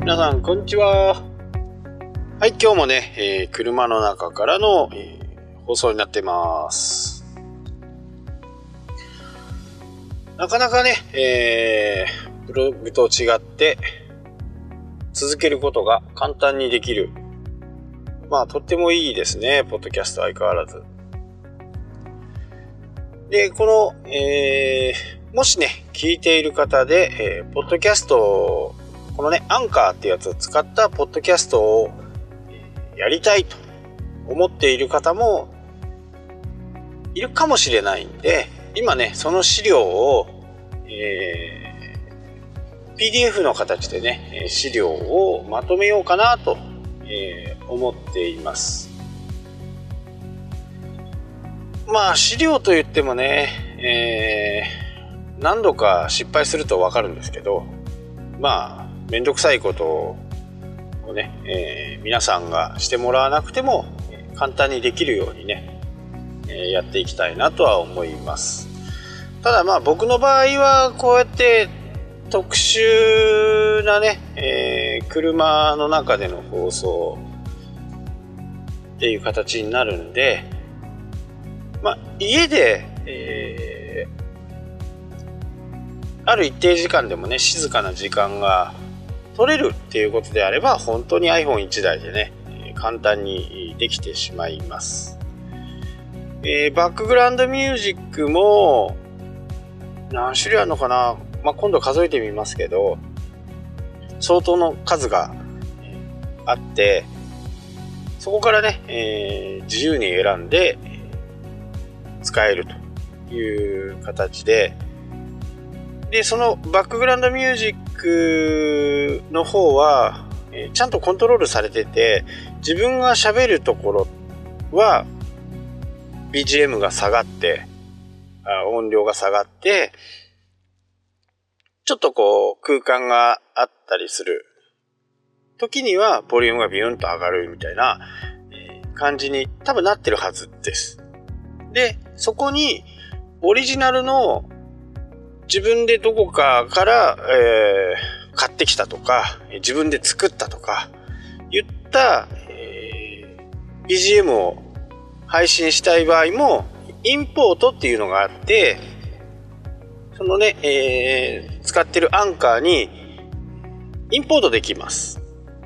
皆さんこんにちは。はい、今日もね、車の中からの、放送になってます。なかなかね、ブログと違って続けることが簡単にできる。とってもいいですね、ポッドキャスト相変わらず。で、この、もしね、聞いている方で、ポッドキャスト、このね、アンカーっていうやつを使ったポッドキャストをやりたいと思っている方もいるかもしれないんで、今ね、その資料を、PDF の形でね、資料をまとめようかなと、思っています。資料といってもね、何度か失敗すると分かるんですけど、めんどくさいことをね、皆さんがしてもらわなくても簡単にできるようにね、やっていきたいなとは思います。ただ僕の場合はこうやって特殊なね、車の中での放送っていう形になるんで、家で、ある一定時間でもね、静かな時間が取れるっていうことであれば、本当に iPhone1 台でね、簡単にできてしまいます。バックグラウンドミュージックも何種類あるのかな、今度数えてみますけど、相当の数があって、そこからね、自由に選んで使えるという形で、そのバックグラウンドミュージックの方は、ちゃんとコントロールされてて、自分が喋るところは BGM が下がって、音量が下がって、ちょっと空間があったりする時にはボリュームがビューンと上がるみたいな感じに多分なってるはずです。で、そこにオリジナルの自分でどこかから、買ってきたとか、自分で作ったとか言った、BGM を配信したい場合もインポートっていうのがあって、そのね、使ってるアンカーにインポートできます。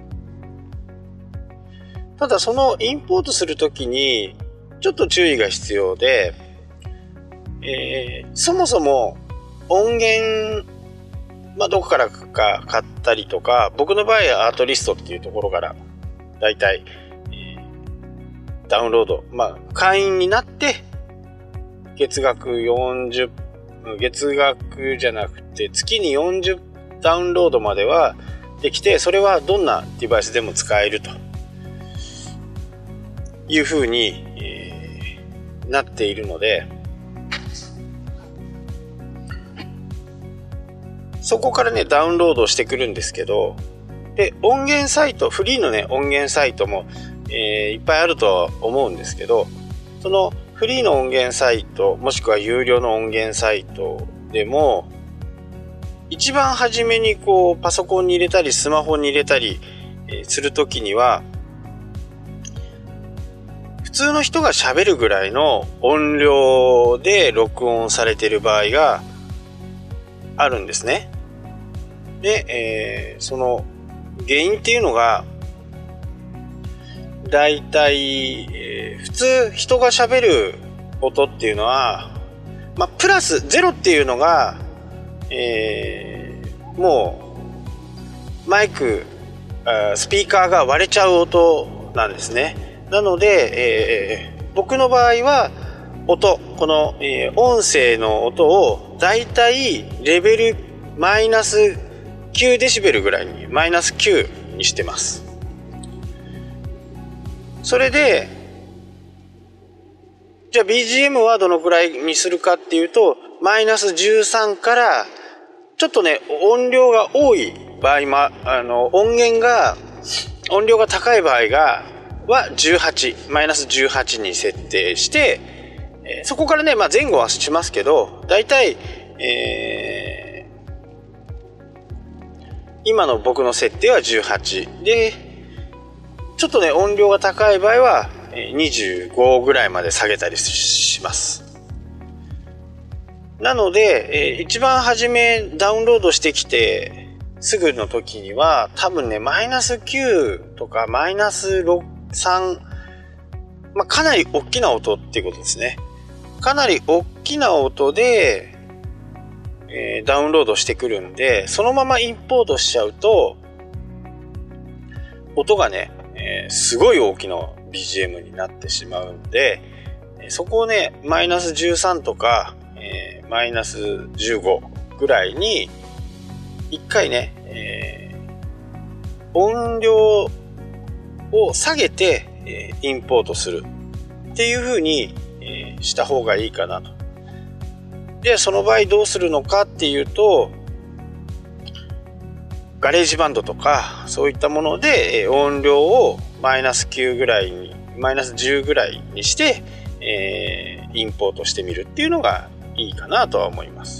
ただそのインポートするときにちょっと注意が必要で、そもそも音源、どこからか買ったりとか、僕の場合はアートリストっていうところからだいたい、ダウンロード、会員になって月額じゃなくて月に40ダウンロードまではできて、それはどんなデバイスでも使えるというふうに、なっているので、そこからねダウンロードしてくるんですけど、で音源サイト、フリーのね音源サイトも、いっぱいあるとは思うんですけど、そのフリーの音源サイトもしくは有料の音源サイトでも、一番初めにパソコンに入れたりスマホに入れたり、するときには普通の人が喋るぐらいの音量で録音されている場合があるんですね。で、その原因っていうのがだいたい、普通人が喋る音っていうのは、プラス0っていうのが、もうマイク、スピーカーが割れちゃう音なんですね。なので、僕の場合は音、この、音声の音をだいたいレベルマイナス9デシベルぐらいに、マイナス9にしてます。それでじゃあ BGM はどのくらいにするかっていうと、マイナス13からちょっとね音量が多い場合も、音量が高い場合は18、マイナス18に設定して、そこからね、前後はしますけど、だいたい今の僕の設定は18で、ちょっとね音量が高い場合は25ぐらいまで下げたりします。なので、一番初めダウンロードしてきてすぐの時には多分ねマイナス9とかマイナス3、かなり大きな音っていうことですね。かなり大きな音で、ダウンロードしてくるんで、そのままインポートしちゃうと音がね、すごい大きな BGM になってしまうんで、そこをねマイナス13とか、マイナス15ぐらいに一回ね、音量を下げて、インポートするっていう風に、した方がいいかなと。でその場合どうするのかっていうと、ガレージバンドとかそういったもので、音量をマイナス9ぐらいにマイナス10ぐらいにして、インポートしてみるっていうのがいいかなとは思います。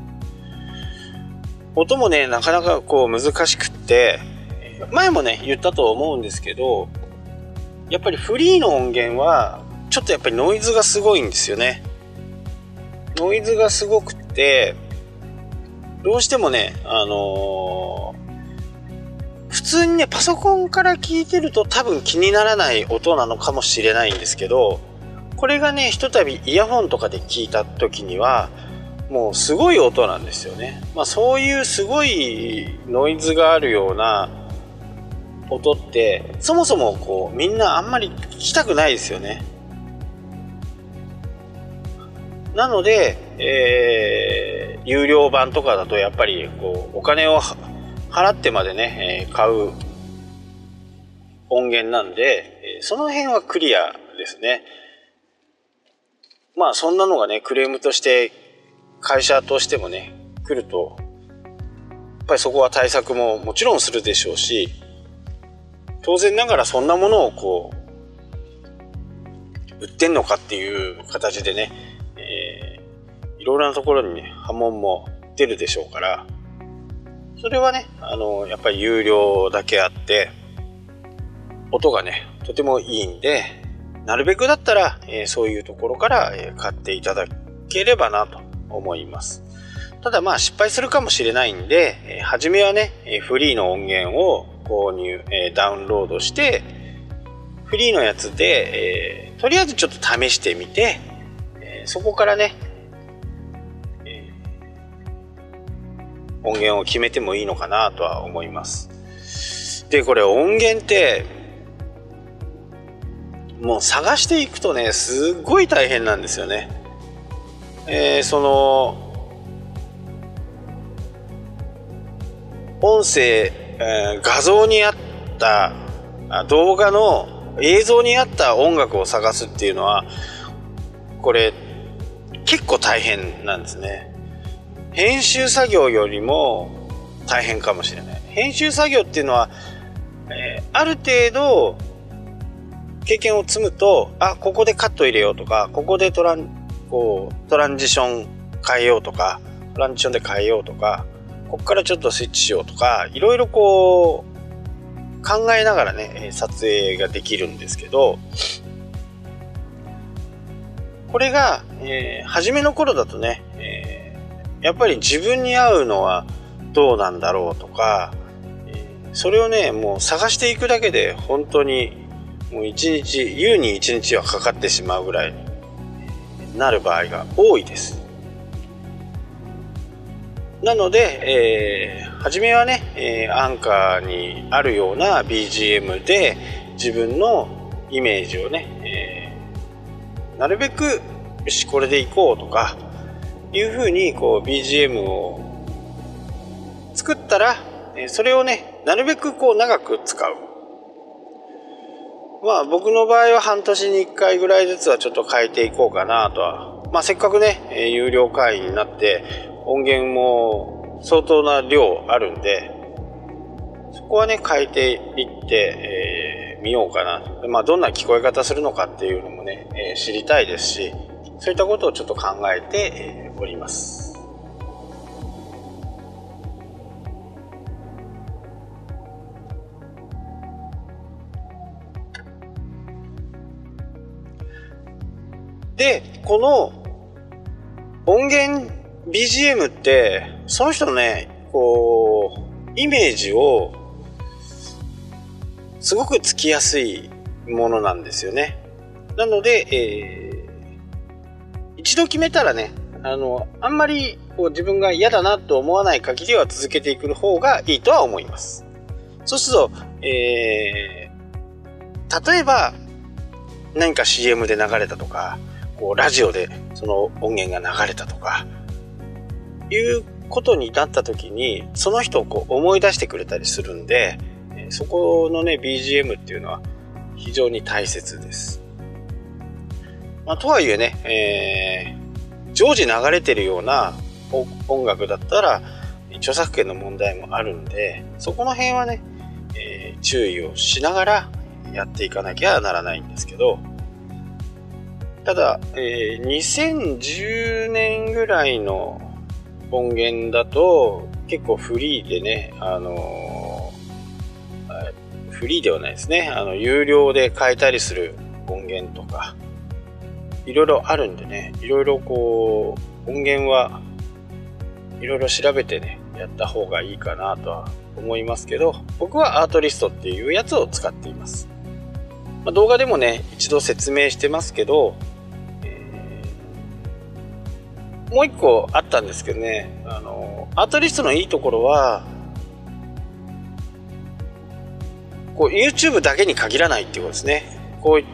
音もねなかなかこう難しくって、前もね言ったと思うんですけど、やっぱりフリーの音源はちょっとやっぱりノイズがすごいんですよね。ノイズがすごくってどうしてもね普通にねパソコンから聞いてると多分気にならない音なのかもしれないんですけど、これがねひとたびイヤホンとかで聞いた時にはもうすごい音なんですよね。そういうすごいノイズがあるような音ってそもそもこうみんなあんまり聞きたくないですよね。なので、有料版とかだとやっぱりこうお金を払ってまでね、買う音源なんで、その辺はクリアですね。そんなのがねクレームとして会社としてもね来ると、やっぱりそこは対策ももちろんするでしょうし、当然ながらそんなものをこう売ってんのかっていう形でね、いろいろなところにね波紋も出るでしょうから、それはねやっぱり有料だけあって音がねとてもいいんで、なるべくだったら、そういうところから、買っていただければなと思います。ただ失敗するかもしれないんで、初めはねフリーの音源を購入、ダウンロードしてフリーのやつで、とりあえずちょっと試してみて、そこからね、音源を決めてもいいのかなとは思います。でこれ音源ってもう探していくとねすっごい大変なんですよね。その音声、画像にあった動画の映像にあった音楽を探すっていうのはこれ結構大変なんですね。編集作業よりも大変かもしれない。編集作業っていうのは、ある程度経験を積むと、ここでカット入れようとか、ここでトランジション変えようとか、トランジションで変えようとか、ここからちょっとスイッチしようとか、いろいろこう考えながらね撮影ができるんですけど、これが、初めの頃だとね、やっぱり自分に合うのはどうなんだろうとか、それをねもう探していくだけで本当にもう優に1日はかかってしまうぐらいになる場合が多いです。なので、初めはね、アンカーにあるような BGM で自分のイメージをね、なるべくよしこれでいこうとかいう風にこう BGM を作ったら、それをねなるべくこう長く使う。僕の場合は半年に1回ぐらいずつはちょっと変えていこうかなとは、せっかくね有料会員になって音源も相当な量あるんで、そこはね変えていって、みようかな。どんな聞こえ方するのかっていうのもね、知りたいですし、そういったことをちょっと考えて、おります。 で、この音源 BGM ってその人のね、こうイメージをすごくつきやすいものなんですよね。なので、一度決めたらね、あんまりこう自分が嫌だなと思わない限りは続けていく方がいいとは思います。そうすると、例えば何か CM で流れたとか、こうラジオでその音源が流れたとかいうことになった時に、その人をこう思い出してくれたりするんで、そこのね BGM っていうのは非常に大切です。とはいえね、常時流れてるような音楽だったら著作権の問題もあるんで、そこの辺はね、注意をしながらやっていかなきゃならないんですけど、ただ、2010年ぐらいの音源だと結構フリーでね、フリーではないですね、有料で買えたりする音源とかいろいろあるんでね、いろいろこう音源はいろいろ調べてねやった方がいいかなとは思いますけど、僕はアートリストっていうやつを使っています。動画でもね一度説明してますけど、もう一個あったんですけどね、アートリストのいいところはこう YouTube だけに限らないっていうことですね。こういった、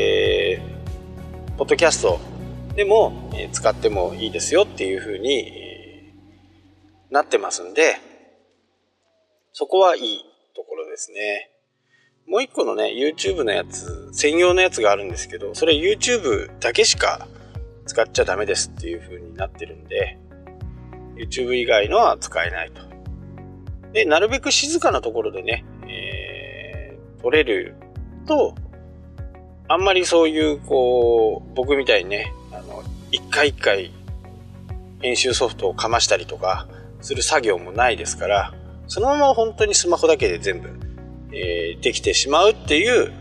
ポッドキャストでも、使ってもいいですよっていう風に、なってますんで、そこはいいところですね。もう一個のね YouTube のやつ専用のやつがあるんですけど、それ YouTube だけしか使っちゃダメですっていう風になってるんで、 YouTube 以外のは使えないと。で、なるべく静かなところでね、撮れると、あんまりそういうこう僕みたいにね、一回一回編集ソフトをかましたりとかする作業もないですから、そのまま本当にスマホだけで全部、できてしまうっていう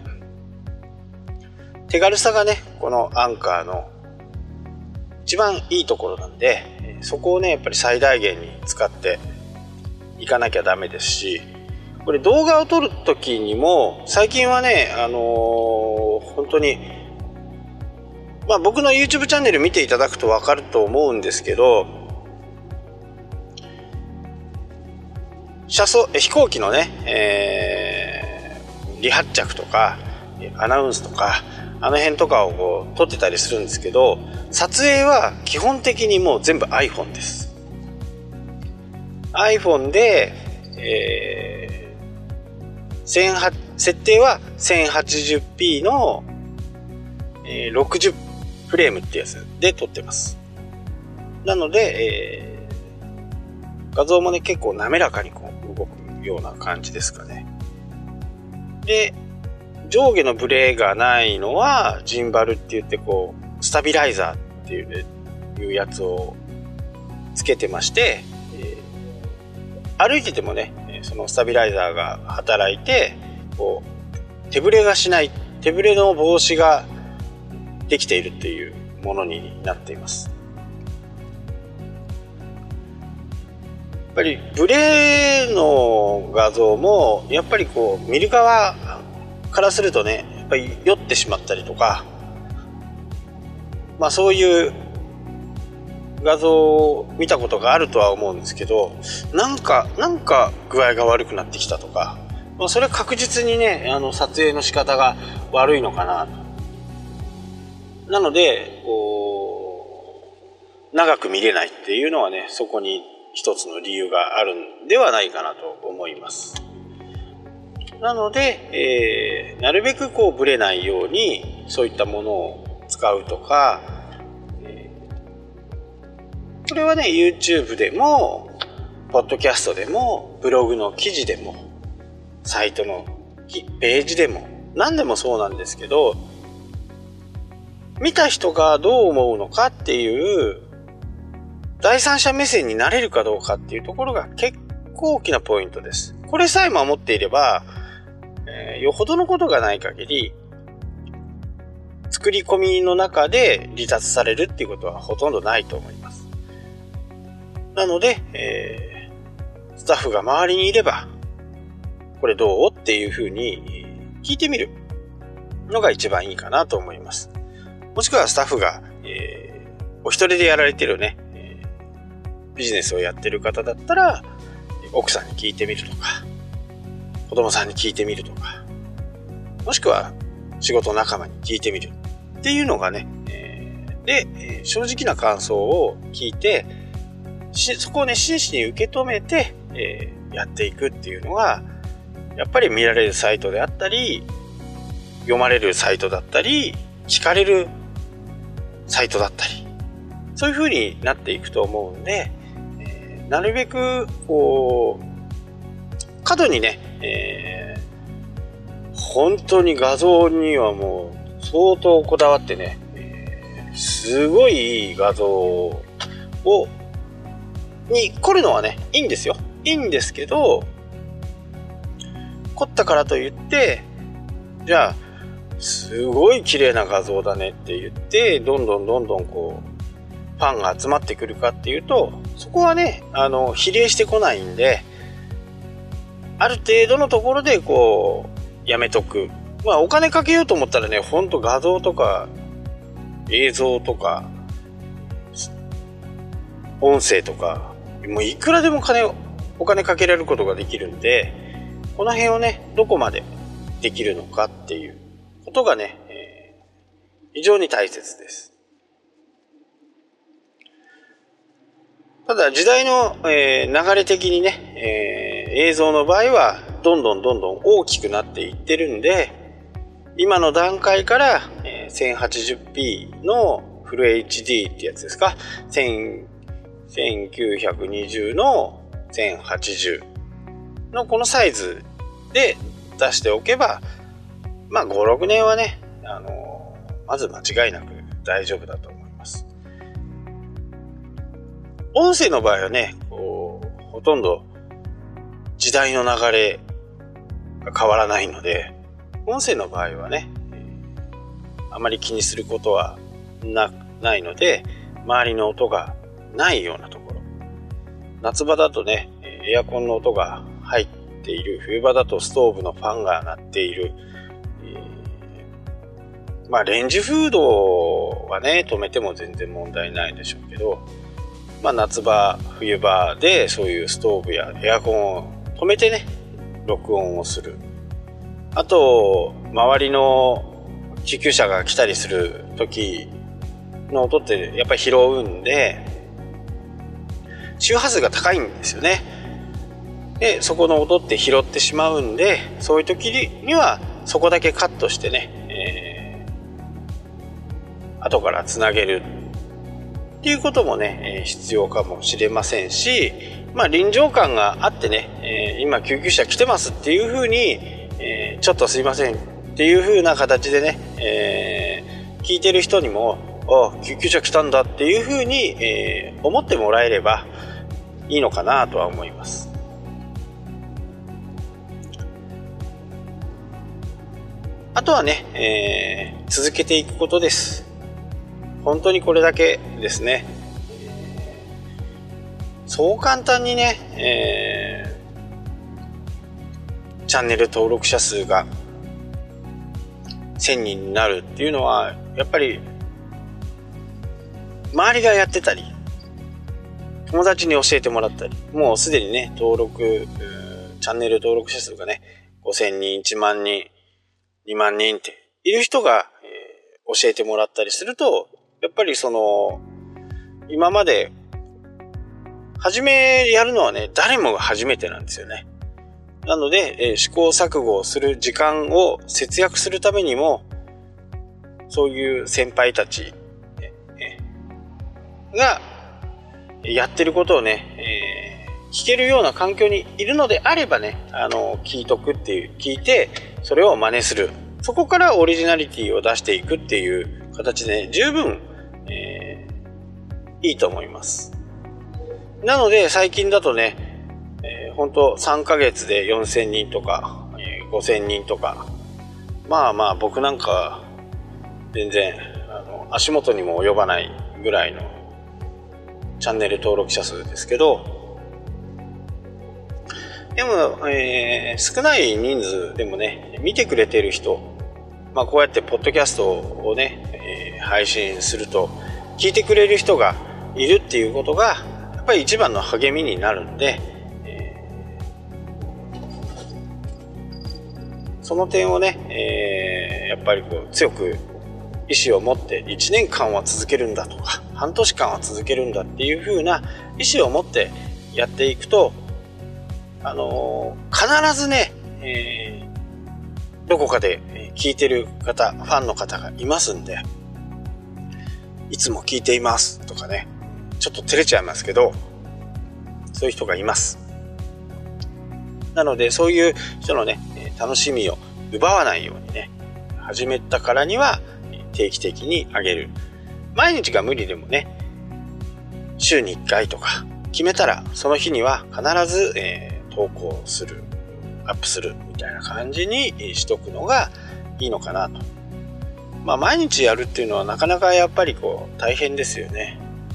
手軽さがね、このアンカーの一番いいところなんで、そこをねやっぱり最大限に使っていかなきゃダメですし、これ動画を撮るときにも最近はね、本当に僕の YouTube チャンネル見ていただくと分かると思うんですけど、飛行機のね、離発着とかアナウンスとかあの辺とかをこう撮ってたりするんですけど、撮影は基本的にもう全部 iPhone です。 iPhone で、設定は 1080p の、60フレームってやつで撮ってます。なので、画像もね結構滑らかにこう動くような感じですかね。で、上下のブレがないのはジンバルって言って、こうスタビライザーっていうやつをつけてまして、歩いててもねそのスタビライザーが働いて、こう手ぶれがしない、手ぶれの防止ができているっていうものになっています。やっぱりブレの画像もやっぱりこう見る側からするとね、やっぱり酔ってしまったりとか、そういう画像を見たことがあるとは思うんですけど、なんか具合が悪くなってきたとか、それは確実にね撮影の仕方が悪いのかなと。なのでこう長く見れないっていうのはね、そこに一つの理由があるんではないかなと思います。なので、なるべくこうブレないようにそういったものを使うとか、これはね YouTube でもポッドキャストでもブログの記事でもサイトのページでも何でもそうなんですけど、見た人がどう思うのかっていう第三者目線になれるかどうかっていうところが結構大きなポイントです。これさえ守っていれば、よほどのことがない限り作り込みの中で離脱されるっていうことはほとんどないと思います。なので、スタッフが周りにいればこれどうっていうふうに聞いてみるのが一番いいかなと思います。もしくはスタッフが、お一人でやられてるね、ビジネスをやってる方だったら奥さんに聞いてみるとか、子供さんに聞いてみるとか、もしくは仕事仲間に聞いてみるっていうのがね、で、正直な感想を聞いて、そこをね真摯に受け止めて、やっていくっていうのがやっぱり見られるサイトであったり、読まれるサイトだったり、聞かれるサイトだったり、そういう風になっていくと思うんで、なるべくこう過度にね、本当に画像にはもう相当こだわってね、すごいいい画像に凝るのはねいいんですよ。いいんですけど、凝ったからといってじゃあすごい綺麗な画像だねって言ってどんどんこうファンが集まってくるかっていうと、そこはね比例してこないんで、ある程度のところでこうやめとく。まあお金かけようと思ったらね、ほんと画像とか映像とか音声とかもういくらでもお金かけられることができるんで、この辺をねどこまでできるのかっていうことがね、非常に大切です。ただ時代の、流れ的にね、映像の場合はどんどん大きくなっていってるんで、今の段階から、1080p のフル HD ってやつですか、1920の1080のこのサイズで出しておけば、まあ 5,6 年はね、まず間違いなく大丈夫だと思います。音声の場合はね、ほとんど時代の流れが変わらないので、音声の場合はね、あまり気にすることはないので、周りの音がないようなところ、夏場だとねエアコンの音が入っている、冬場だとストーブのファンが鳴っている、まあレンジフードはね止めても全然問題ないでしょうけど、まあ夏場冬場でそういうストーブやエアコンを止めてね録音をする。あと周りの救急車が来たりする時の音ってやっぱり拾うんで、周波数が高いんですよね。でそこの音って拾ってしまうんで、そういう時にはそこだけカットしてね、後からつなげるっていうこともね、必要かもしれませんし、まあ臨場感があってね、今救急車来てますっていう風に、ちょっとすいませんっていう風な形でね、聞いてる人にも救急車来たんだっていう風に、思ってもらえればいいのかなとは思います。あとはね、続けていくことです。本当にこれだけですね。そう簡単にね、チャンネル登録者数が1000人になるっていうのはやっぱり周りがやってたり友達に教えてもらったり、もうすでにねチャンネル登録者数がね5000人1万人2万人っている人が、教えてもらったりすると、やっぱり今まで初めやるのはね誰もが初めてなんですよね。なので、試行錯誤をする時間を節約するためにも、そういう先輩たちがやってることをね、聞けるような環境にいるのであればね、聞いてそれを真似する、そこからオリジナリティを出していくっていう形で、ね、十分、いいと思います。なので最近だとね、本当3ヶ月で4000人とか、5000人とか、まあ僕なんか全然足元にも及ばないぐらいのチャンネル登録者数ですけど、でも、少ない人数でもね、見てくれてる人、こうやってポッドキャストをね、配信すると聞いてくれる人がいるっていうことがやっぱり一番の励みになるんで、その点をね、やっぱり強く意志を持って1年間は続けるんだとか半年間は続けるんだっていう風な意志を持ってやっていくと、必ずね、どこかで聞いてる方、ファンの方がいますんで、いつも聞いていますとかね、ちょっと照れちゃいますけど、そういう人がいます。なのでそういう人のね、楽しみを奪わないようにね、始めたからには定期的に上げる。毎日が無理でもね、週に1回とか決めたら、その日には必ず、投稿する、アップするみたいな感じにしとくのがいいのかなと。毎日やるっていうのはなかなかやっぱり大変ですよね。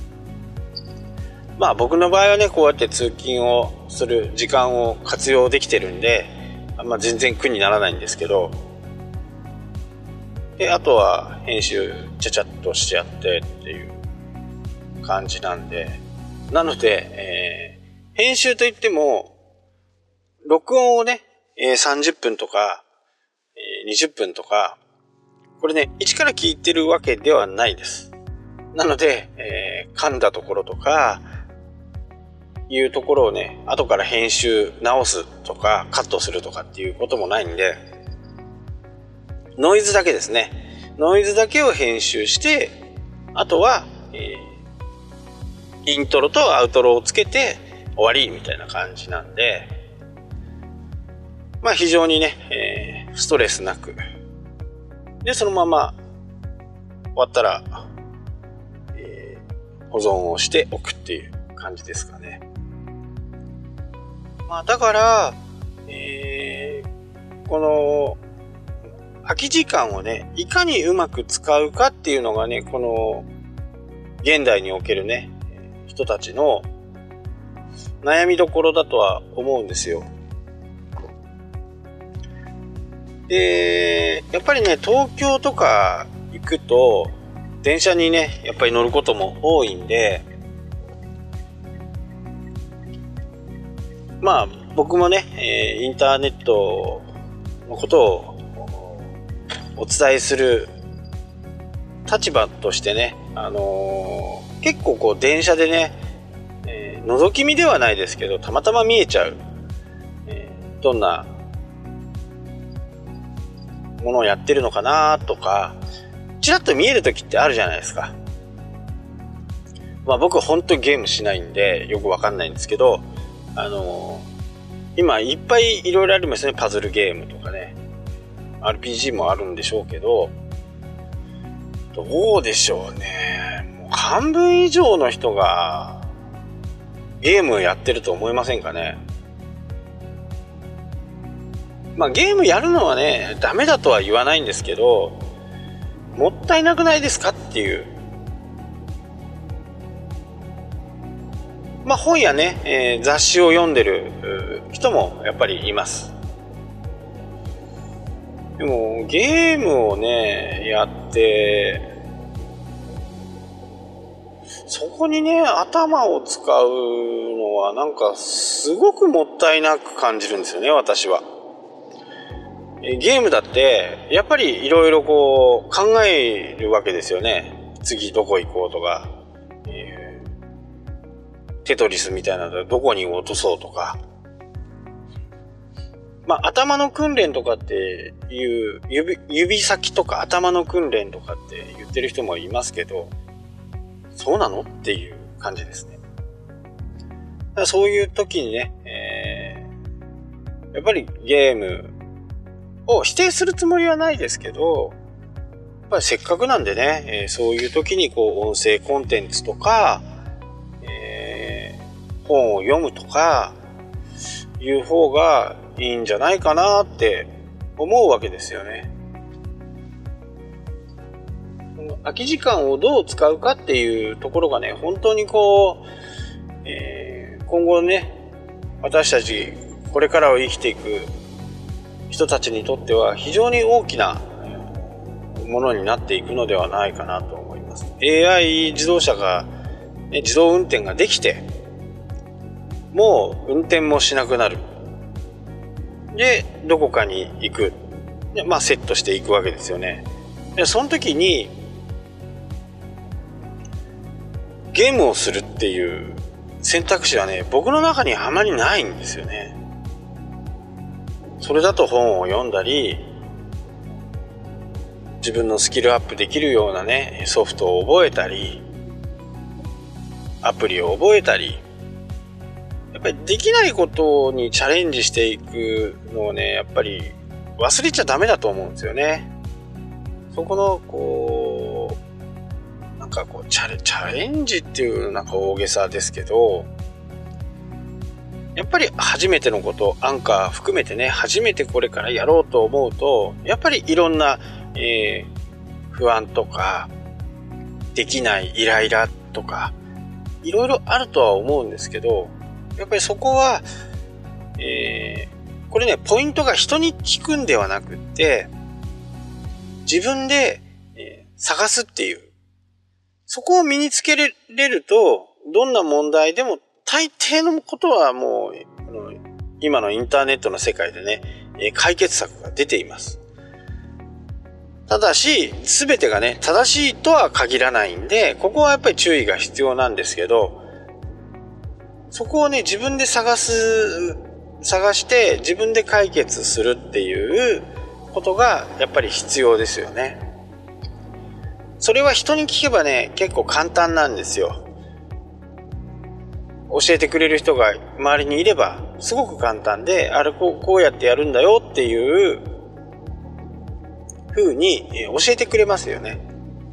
僕の場合はね、こうやって通勤をする時間を活用できてるんで、全然苦にならないんですけど、であとは編集ちゃちゃっとしてやってっていう感じなんで、なので、編集といっても録音をね、30分とか、20分とか、これね、一から聞いてるわけではないです。なので、噛んだところとかいうところをね、後から編集直すとかカットするとかっていうこともないんで、ノイズだけですね。ノイズだけを編集して、あとは、イントロとアウトロをつけて終わりみたいな感じなんで、非常にね、ストレスなく、でそのまま終わったら、保存をしておくっていう感じですかね。だから、この空き時間をね、いかにうまく使うかっていうのがね、この現代におけるね、人たちの悩みどころだとは思うんですよ。で、やっぱりね、東京とか行くと電車にね、やっぱり乗ることも多いんで、僕もね、インターネットのことをお伝えする立場としてね、結構電車でね、覗き見ではないですけど、たまたま見えちゃう、どんなものをやってるのかなとか、ちらっと見える時ってあるじゃないですか。僕は本当にゲームしないんでよくわかんないんですけど、今いっぱいいろいろありますね。パズルゲームとかね、 RPG もあるんでしょうけど、どうでしょうね。もう半分以上の人がゲームをやってると思いませんかね。ゲームやるのはね、ダメだとは言わないんですけど、もったいなくないですかっていう。本やね、雑誌を読んでる人もやっぱりいます。でもゲームをね、やってそこにね、頭を使うのはなんかすごくもったいなく感じるんですよね、私は。ゲームだってやっぱりいろいろ考えるわけですよね。次どこ行こうとか、テトリスみたいなのどこに落とそうとか、頭の訓練とかっていう、指先とか頭の訓練とかって言ってる人もいますけど、そうなのっていう感じですね。だからそういう時にね、やっぱりゲームを否定するつもりはないですけど、やっぱりせっかくなんでね、そういう時に音声コンテンツとか、本を読むとかいう方がいいんじゃないかなって思うわけですよね。 空き時間をどう使うかっていうところがね、本当にこう、今後ね、私たちこれからを生きていく人たちにとっては非常に大きなものになっていくのではないかなと思います。AI 自動車が、ね、自動運転ができて、もう運転もしなくなる。で、どこかに行く。で、セットしていくわけですよね。で、その時にゲームをするっていう選択肢はね、僕の中にあまりないんですよね。それだと本を読んだり、自分のスキルアップできるようなね、ソフトを覚えたり、アプリを覚えたり、やっぱりできないことにチャレンジしていくのをね、やっぱり忘れちゃダメだと思うんですよね。そこのこうなんかこうチャレンジっていうなんか大げさですけど、やっぱり初めてのこと、アンカー含めてね、初めてこれからやろうと思うと、やっぱりいろんな、不安とかできないイライラとかいろいろあるとは思うんですけど、やっぱりそこは、これね、ポイントが人に聞くんではなくって、自分で、探すっていう、そこを身につけれると、どんな問題でも大抵のことはもう今のインターネットの世界でね、解決策が出ています。ただし全てがね正しいとは限らないんで、ここはやっぱり注意が必要なんですけど、そこをね自分で探して自分で解決するっていうことがやっぱり必要ですよね。それは人に聞けばね結構簡単なんですよ。教えてくれる人が周りにいればすごく簡単で、あれこうやってやるんだよっていう風に教えてくれますよね。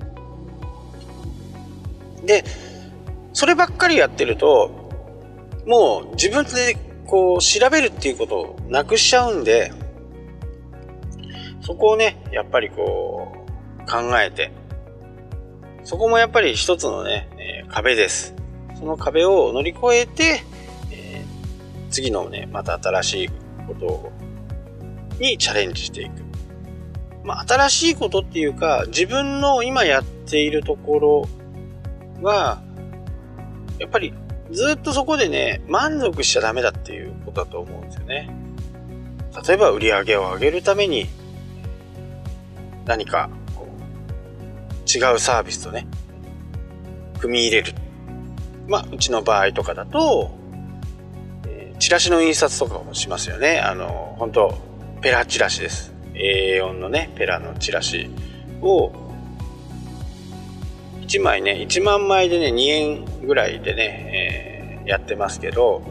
で、そればっかりやってるともう自分でこう調べるっていうことをなくしちゃうんで、そこをねやっぱりこう考えて、そこもやっぱり一つのね、壁です。その壁を乗り越えて、次のねまた新しいことにチャレンジしていく。新しいことっていうか、自分の今やっているところはやっぱりずっとそこでね満足しちゃダメだっていうことだと思うんですよね。例えば売り上げを上げるために何かこう違うサービスとね組み入れる。うちの場合とかだと、チラシの印刷とかもしますよね。本当ペラチラシです。A4 のねペラのチラシを1枚ね1万枚でね2円ぐらいでね、やってますけど、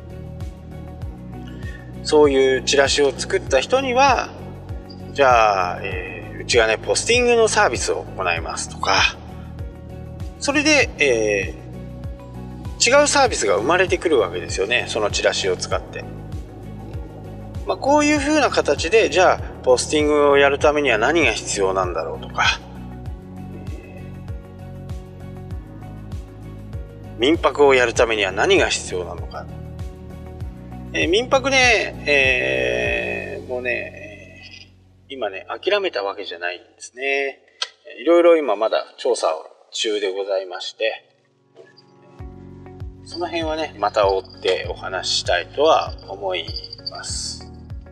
そういうチラシを作った人にはじゃあ、うちがねポスティングのサービスを行いますとか、それで、違うサービスが生まれてくるわけですよね、そのチラシを使って。こういう風な形で、じゃあポスティングをやるためには何が必要なんだろうとか、民泊をやるためには何が必要なのか。民泊ね、もうね、今ね諦めたわけじゃないんですね。いろいろ今まだ調査中でございまして、その辺はねまた追ってお話ししたいとは思います。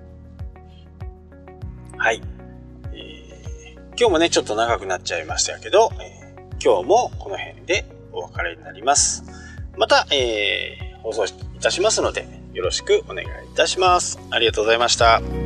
はい、今日もねちょっと長くなっちゃいましたけど、今日もこの辺でお別れになります。また、放送いたしますのでよろしくお願いいたします。ありがとうございました。